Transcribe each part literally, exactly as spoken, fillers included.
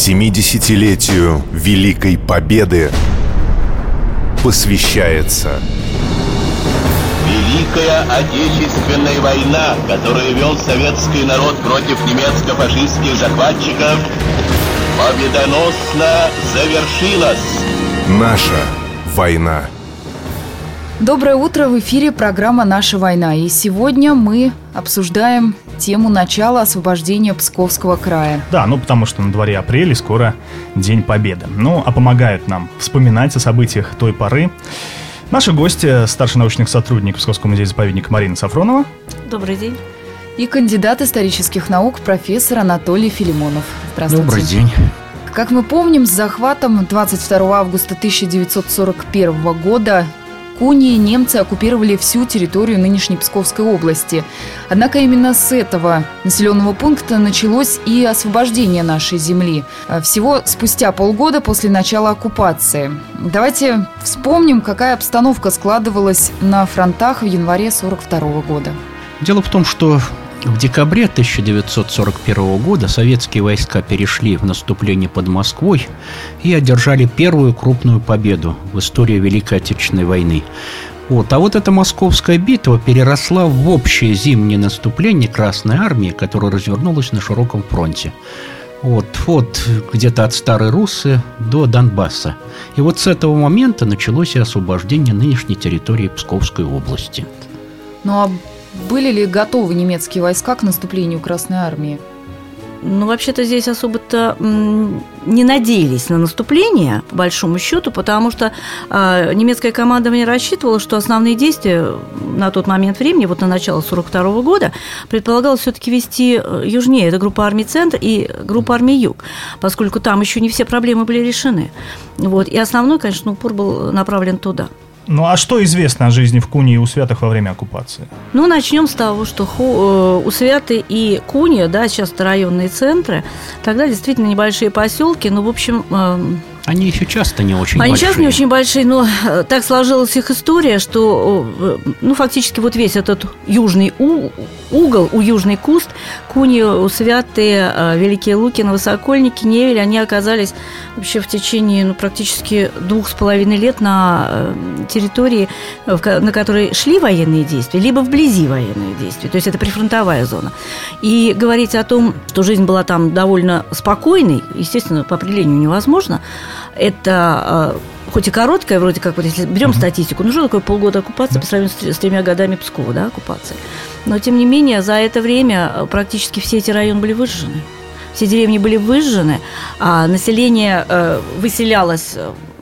семидесятилетию Великой Победы посвящается Великая Отечественная война, которую вел советский народ против немецко-фашистских захватчиков, победоносно завершилась. Наша война. Доброе утро, в эфире программа «Наша война». И сегодня мы обсуждаем тему начала освобождения Псковского края. Да, ну потому что на дворе апрель и скоро День Победы. Ну, а помогают нам вспоминать о событиях той поры наши гости, старший научный сотрудник Псковского музея-заповедника Марина Сафронова. Добрый день. И кандидат исторических наук профессор Анатолий Филимонов. Здравствуйте. Добрый день. Как мы помним, с захватом двадцать второго августа тысяча девятьсот сорок первого года Кунии немцы оккупировали всю территорию нынешней Псковской области. Однако именно с этого населенного пункта началось и освобождение нашей земли. Всего спустя полгода после начала оккупации. Давайте вспомним, какая обстановка складывалась на фронтах в январе сорок второго года. Дело в том, что в декабре тысяча девятьсот сорок первого года советские войска перешли в наступление под Москвой и одержали первую крупную победу в истории Великой Отечественной войны. Вот. А вот эта Московская битва переросла в общее зимнее наступление Красной Армии, которое развернулось на широком фронте. Вот, вот где-то от Старой Руссы до Донбасса. И вот с этого момента началось и освобождение нынешней территории Псковской области. Ну а были ли готовы немецкие войска к наступлению Красной Армии? Ну, вообще-то здесь особо-то м, не надеялись на наступление, по большому счету, потому что э, немецкое командование рассчитывало, что основные действия на тот момент времени, вот на начало сорок второго года, предполагалось все-таки вести южнее. Это группа армий «Центр» и группа армий «Юг», поскольку там еще не все проблемы были решены. Вот. И основной, конечно, упор был направлен туда. Ну, а что известно о жизни в Кунии и Усвятах во время оккупации? Ну, начнем с того, что Ху, э, Усвяты и Куния, да, сейчас это районные центры, тогда действительно небольшие поселки, но, в общем... Э, Они еще часто не очень Они большие. сейчас не очень большие, но так сложилась их история, что, ну, фактически вот весь этот южный у, угол, у южный куст, Куния, Усвяты, Великие Луки, Новосокольники, Невель, они оказались вообще в течение, ну, практически двух с половиной лет на территории, на которой шли военные действия, либо вблизи военных действий, то есть это прифронтовая зона. И говорить о том, что жизнь была там довольно спокойной, естественно, по определению невозможно. Это хоть и короткая, вроде как, вот если берем uh-huh. статистику, ну что такое полгода оккупации, да, по сравнению с, с тремя годами Пскова, да, оккупации. Но, тем не менее, за это время практически все эти районы были выжжены. Все деревни были выжжены, а население э, выселялось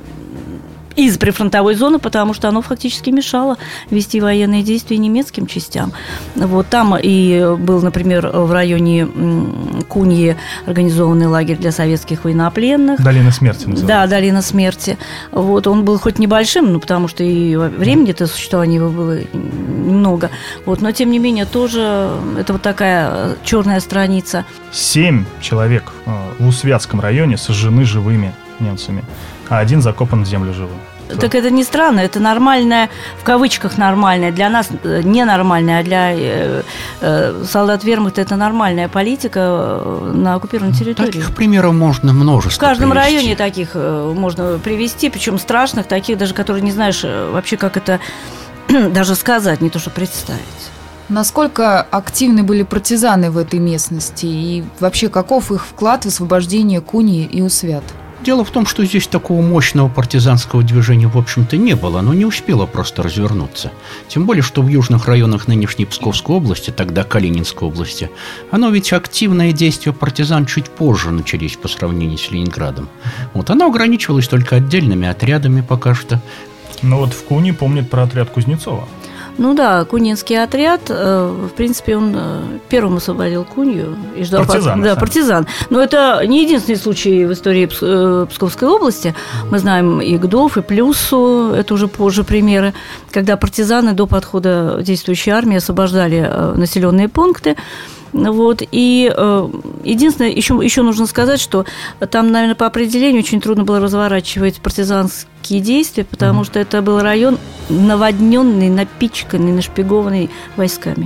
из прифронтовой зоны, потому что оно фактически мешало вести военные действия немецким частям. Вот там и был, например, в районе Куньи организованный лагерь для советских военнопленных. Долина смерти называется. Да, Долина смерти. Вот, он был хоть небольшим, ну, потому что и времени-то существования его было немного. Вот, но, тем не менее, тоже это вот такая черная страница. Семь человек в Усвятском районе сожжены живыми немцами, а один закопан в землю живым. Так это не странно, это нормальная, в кавычках нормальная, для нас ненормальная, а для э, э, солдат вермахта это нормальная политика на оккупированной территории. Таких примеров можно множество В каждом привести. районе таких можно привести, причем страшных, таких даже, которые не знаешь вообще, как это даже сказать, не то что представить. Насколько активны были партизаны в этой местности и вообще каков их вклад в освобождение Кунии и Усвят? Дело в том, что здесь такого мощного партизанского движения, в общем-то, не было. Оно не успело просто развернуться. Тем более, что в южных районах нынешней Псковской области, тогда Калининской области, оно ведь активные действия партизан чуть позже начались по сравнению с Ленинградом. Вот оно ограничивалось только отдельными отрядами пока что. Ну вот в Кунии помнят про отряд Кузнецова. Ну да, Кунинский отряд, в принципе, он первым освободил Кунью и ждал партизан. Да, партизан. Но это не единственный случай в истории Псковской области. Мы знаем и Гдов, и Плюсу, это уже позже примеры, когда партизаны до подхода действующей армии освобождали населенные пункты. Вот. И э, единственное, еще, еще нужно сказать, что там, наверное, по определению очень трудно было разворачивать партизанские действия, потому mm-hmm. что это был район наводненный, напичканный, нашпигованный войсками.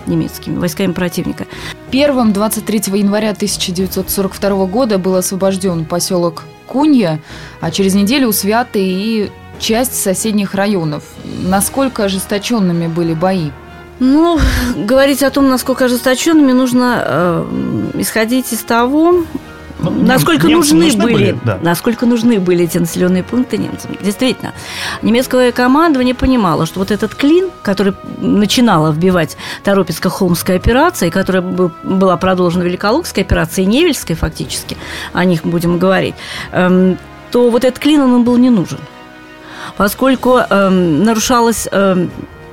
немецкими, войсками противника. Первым двадцать третьего января тысяча девятьсот сорок второго года был освобожден поселок Кунья, а через неделю Святы и часть соседних районов. Насколько ожесточенными были бои? Ну, говорить о том, насколько ожесточенными, нужно э, исходить из того, ну, насколько нужны, нужны были, были да. насколько нужны были эти населенные пункты немцам. Действительно, немецкое командование понимало, что вот этот клин, который начинала вбивать Торопецко-Холмская операция, которая была продолжена Великолукской операцией, Невельской фактически, о них будем говорить, э, то вот этот клин, он был не нужен, поскольку э, нарушалась... Э,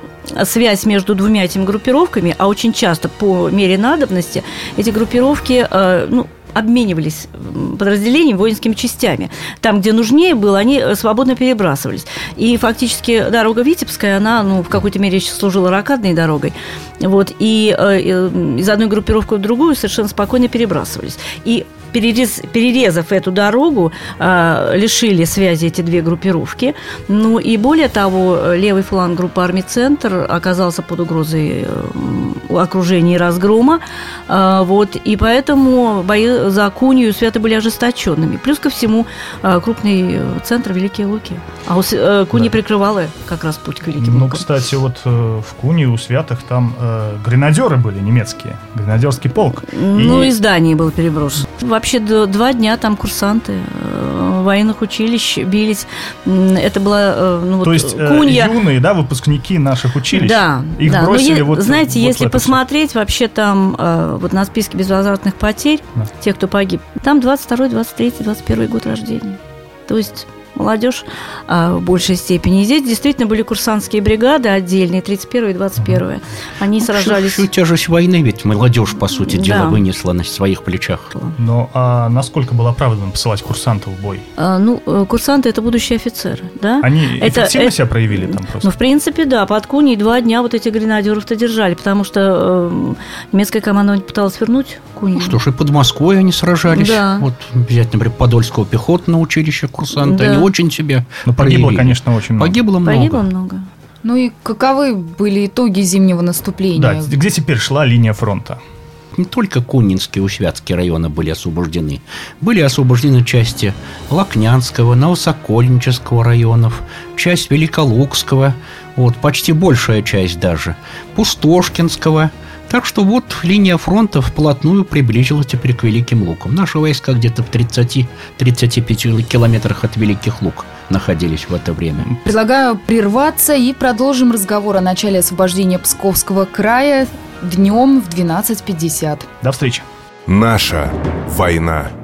связь между двумя этими группировками, а очень часто по мере надобности эти группировки э, ну, обменивались подразделениями, воинскими частями. Там, где нужнее было, они свободно перебрасывались. И фактически дорога Витебская, она ну, в какой-то мере служила рокадной дорогой. Вот, и э, из одной группировки в другую совершенно спокойно перебрасывались. И Перерез, перерезав эту дорогу, э, лишили связи эти две группировки. Ну и более того, левый фланг группы армий «Центр» оказался под угрозой э, окружения и разгрома. Э, вот, и поэтому бои за Кунью и Святы были ожесточенными. Плюс ко всему э, крупный центр Великие Луки. А у э, Куньи да. прикрывала как раз путь к Великим Ну, Лукам. кстати, вот э, в Куньи у Святых там э, гренадеры были немецкие, гренадерский полк. Ну, и... и здание было переброшено. Вообще два дня там курсанты военных училищ бились. Это была ну, То вот, есть Кунья. юные, да, выпускники наших училищ? Да. Их да. бросили Но, вот знаете, вот если посмотреть, все. Вообще там вот на списке безвозвратных потерь, да. тех, кто погиб, там двадцать второй, двадцать третий, двадцать первый год рождения. То есть... молодежь а, в большей степени. И здесь действительно были курсантские бригады отдельные, тридцать первая и двадцать первая. Они ну, сражались... Всю тяжесть войны ведь молодежь, по сути дела, да. вынесла на своих плечах. Но а насколько было оправданно посылать курсантов в бой? А, ну, курсанты – это будущие офицеры, да? Они это, эффективно это... себя проявили там просто? Ну, в принципе, да. Под Куньей два дня вот эти гренадеров-то держали, потому что э, немецкая командование пыталась вернуть Кунью. Ну что ж, и под Москвой они сражались. Да. Вот взять, например, Подольского пехотного училища курсанты. Да. Они очень себя Но погибло, конечно, очень много. Погибло много. Погибло много. Ну и каковы были итоги зимнего наступления? Да, где теперь шла линия фронта? Не только Кунинские и Усвятские районы были освобождены. Были освобождены части Лакнянского, Новосокольнического районов, часть Великолукского, вот, почти большая часть даже, Пустошкинского. Так что вот линия фронта вплотную приблизилась теперь к Великим Лукам. Наши войска где-то в тридцати-тридцати пяти километрах от Великих Лук находились в это время. Предлагаю прерваться и продолжим разговор о начале освобождения Псковского края днем в двенадцать пятьдесят. До встречи. Наша война.